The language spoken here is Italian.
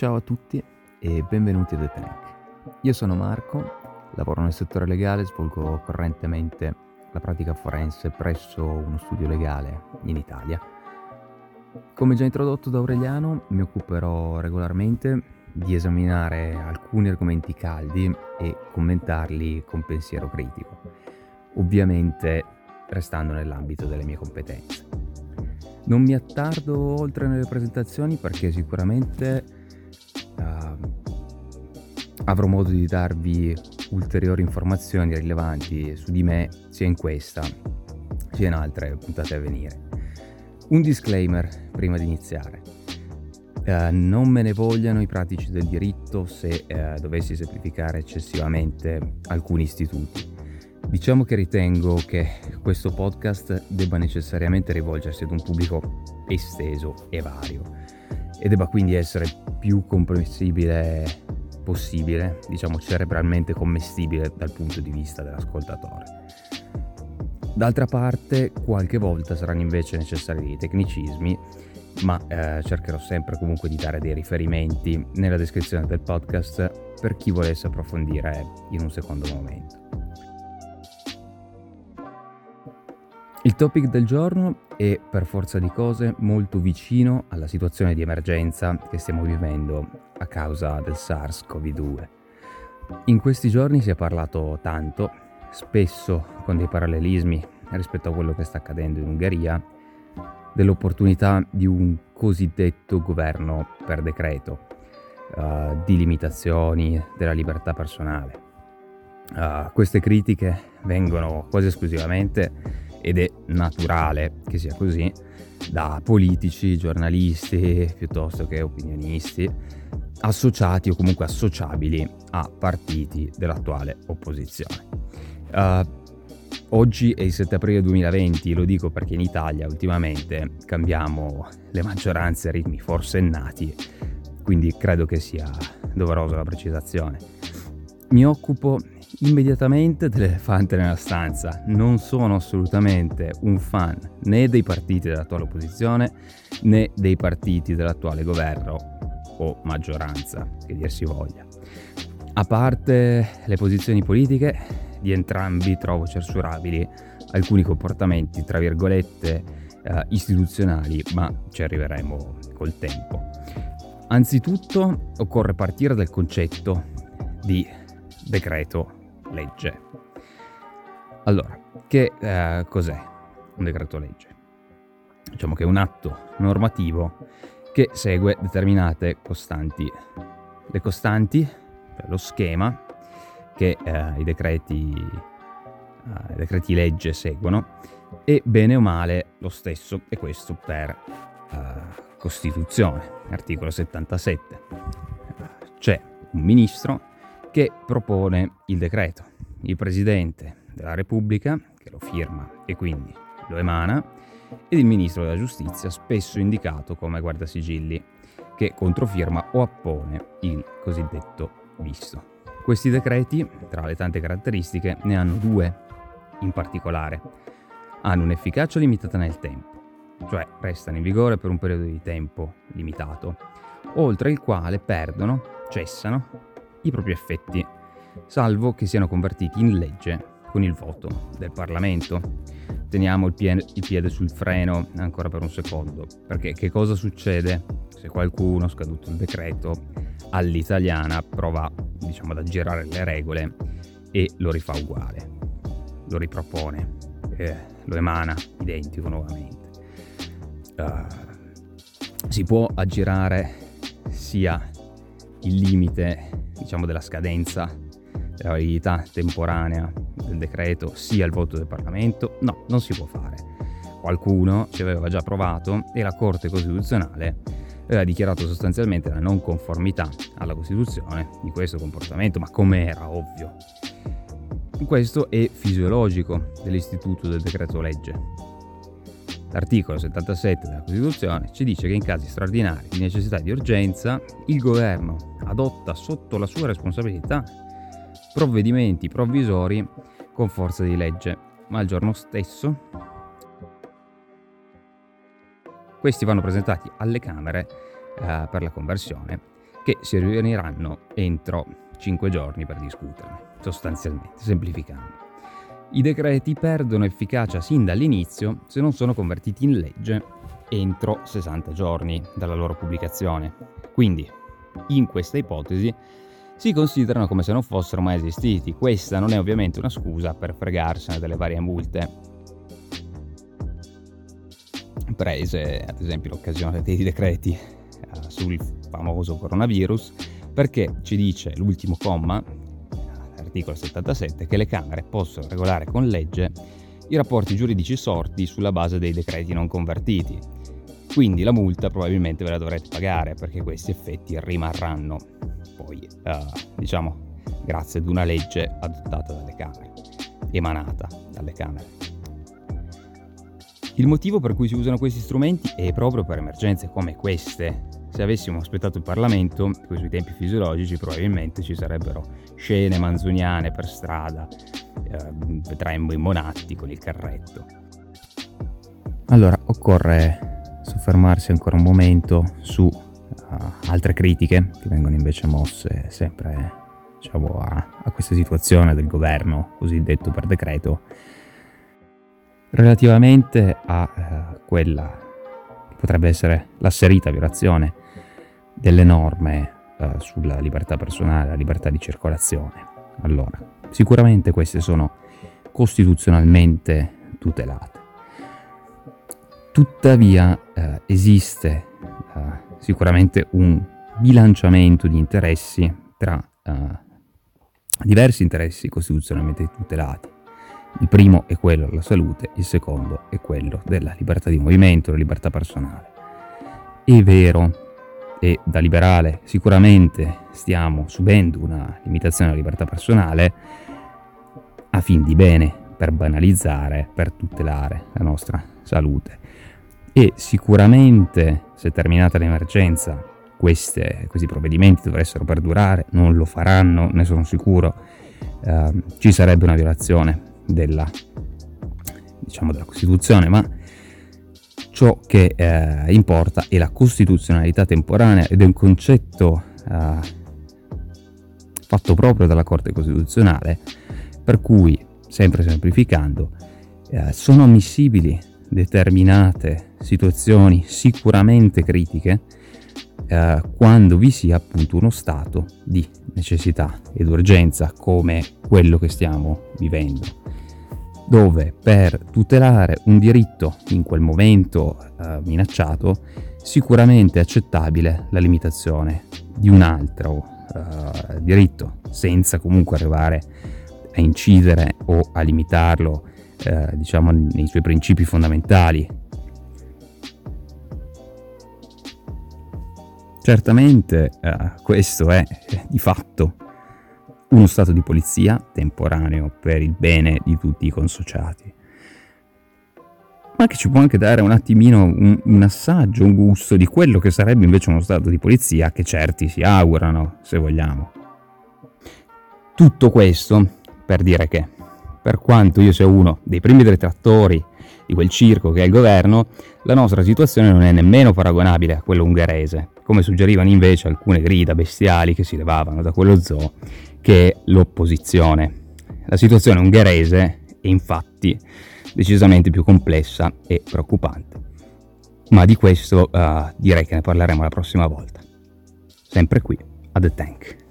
Ciao a tutti e benvenuti a The Tank. Io sono Marco, lavoro nel settore legale, svolgo correntemente la pratica forense presso uno studio legale in Italia. Come già introdotto da Aureliano, mi occuperò regolarmente di esaminare alcuni argomenti caldi e commentarli con pensiero critico, ovviamente restando nell'ambito delle mie competenze. Non mi attardo oltre nelle presentazioni perché sicuramente avrò modo di darvi ulteriori informazioni rilevanti su di me sia in questa sia in altre puntate a venire. Un disclaimer prima di iniziare. Non me ne vogliano i pratici del diritto se dovessi semplificare eccessivamente alcuni istituti. Diciamo che ritengo che questo podcast debba necessariamente rivolgersi ad un pubblico esteso e vario e debba quindi essere più comprensibile possibile, diciamo cerebralmente commestibile dal punto di vista dell'ascoltatore. D'altra parte, qualche volta saranno invece necessari dei tecnicismi, ma cercherò sempre comunque di dare dei riferimenti nella descrizione del podcast per chi volesse approfondire in un secondo momento. Il topic del giorno è per forza di cose molto vicino alla situazione di emergenza che stiamo vivendo a causa del SARS-CoV-2. In questi giorni si è parlato tanto, spesso con dei parallelismi rispetto a quello che sta accadendo in Ungheria, dell'opportunità di un cosiddetto governo per decreto, di limitazioni della libertà personale. Queste critiche vengono quasi esclusivamente, ed è naturale che sia così, da politici, giornalisti, piuttosto che opinionisti, associati o comunque associabili a partiti dell'attuale opposizione. Oggi è il 7 aprile 2020, lo dico perché in Italia ultimamente cambiamo le maggioranze a ritmi forsennati, quindi credo che sia doverosa la precisazione. Mi occupo immediatamente dell'elefante nella stanza. Non sono assolutamente un fan né dei partiti dell'attuale opposizione né dei partiti dell'attuale governo o maggioranza, che dir si voglia. A parte le posizioni politiche, di entrambi trovo censurabili alcuni comportamenti, tra virgolette, istituzionali, ma ci arriveremo col tempo. Anzitutto occorre partire dal concetto di decreto legge. Allora, che cos'è un decreto legge? Diciamo che è un atto normativo che segue determinate costanti. Le costanti, cioè lo schema che i decreti legge seguono, è bene o male lo stesso, e questo per Costituzione, articolo 77. C'è un ministro che propone il decreto, il Presidente della Repubblica che lo firma e quindi lo emana, ed il Ministro della Giustizia, spesso indicato come guardasigilli, che controfirma o appone il cosiddetto visto. Questi decreti, tra le tante caratteristiche, ne hanno due in particolare. Hanno un'efficacia limitata nel tempo, cioè restano in vigore per un periodo di tempo limitato, oltre il quale cessano i propri effetti, salvo che siano convertiti in legge con il voto del Parlamento. Teniamo il piede sul freno ancora per un secondo, perché che cosa succede se qualcuno, scaduto il decreto, all'italiana prova, ad aggirare le regole e lo rifà uguale, lo ripropone, lo emana identico nuovamente? Si può aggirare sia il limite della scadenza, della validità temporanea del decreto, sia il voto del Parlamento? No, non si può fare. Qualcuno ci aveva già provato e la Corte Costituzionale aveva dichiarato sostanzialmente la non conformità alla Costituzione di questo comportamento, ma come era ovvio. Questo è fisiologico dell'istituto del decreto legge. L'articolo 77 della Costituzione ci dice che in casi straordinari di necessità e di urgenza il governo adotta sotto la sua responsabilità provvedimenti provvisori con forza di legge, ma il giorno stesso questi vanno presentati alle Camere per la conversione che si riuniranno entro 5 giorni per discuterne, sostanzialmente, semplificando. I decreti perdono efficacia sin dall'inizio se non sono convertiti in legge entro 60 giorni dalla loro pubblicazione. Quindi, in questa ipotesi, si considerano come se non fossero mai esistiti. Questa non è ovviamente una scusa per fregarsene delle varie multe prese, ad esempio, l'occasione dei decreti sul famoso coronavirus, perché ci dice l'ultimo comma, l'articolo 77, che le Camere possono regolare con legge i rapporti giuridici sorti sulla base dei decreti non convertiti. Quindi la multa probabilmente ve la dovrete pagare, perché questi effetti rimarranno poi, grazie ad una legge adottata dalle Camere, emanata dalle Camere. Il motivo per cui si usano questi strumenti è proprio per emergenze come queste. Se avessimo aspettato il Parlamento, sui tempi fisiologici, probabilmente ci sarebbero scene manzoniane per strada, vedremmo i monatti con il carretto. Allora, occorre soffermarsi ancora un momento su altre critiche che vengono invece mosse sempre, a questa situazione del governo cosiddetto per decreto, relativamente a quella che potrebbe essere l'asserita violazione delle norme sulla libertà personale, la libertà di circolazione. Allora, sicuramente queste sono costituzionalmente tutelate. Tuttavia esiste sicuramente un bilanciamento di interessi tra diversi interessi costituzionalmente tutelati. Il primo è quello della salute, il secondo è quello della libertà di movimento, la libertà personale. È vero, e da liberale sicuramente stiamo subendo una limitazione della libertà personale a fin di bene, per banalizzare, per tutelare la nostra salute. E sicuramente, se terminata l'emergenza, questi provvedimenti dovessero perdurare, non lo faranno, ne sono sicuro, ci sarebbe una violazione della Costituzione, ma ciò che importa è la costituzionalità temporanea, ed è un concetto fatto proprio dalla Corte Costituzionale, per cui, sempre semplificando, sono ammissibili determinate situazioni sicuramente critiche quando vi sia appunto uno stato di necessità ed urgenza come quello che stiamo vivendo, dove per tutelare un diritto in quel momento minacciato sicuramente è accettabile la limitazione di un altro diritto, senza comunque arrivare a incidere o a limitarlo nei suoi principi fondamentali. Certamente questo è di fatto uno stato di polizia temporaneo per il bene di tutti i consociati, ma che ci può anche dare un attimino un assaggio, un gusto di quello che sarebbe invece uno stato di polizia che certi si augurano, se vogliamo. Tutto questo per dire che, per quanto io sia uno dei primi detrattori di quel circo che è il governo, la nostra situazione non è nemmeno paragonabile a quella ungherese, come suggerivano invece alcune grida bestiali che si levavano da quello zoo, che è l'opposizione. La situazione ungherese è infatti decisamente più complessa e preoccupante, ma di questo direi che ne parleremo la prossima volta, sempre qui a The Tank.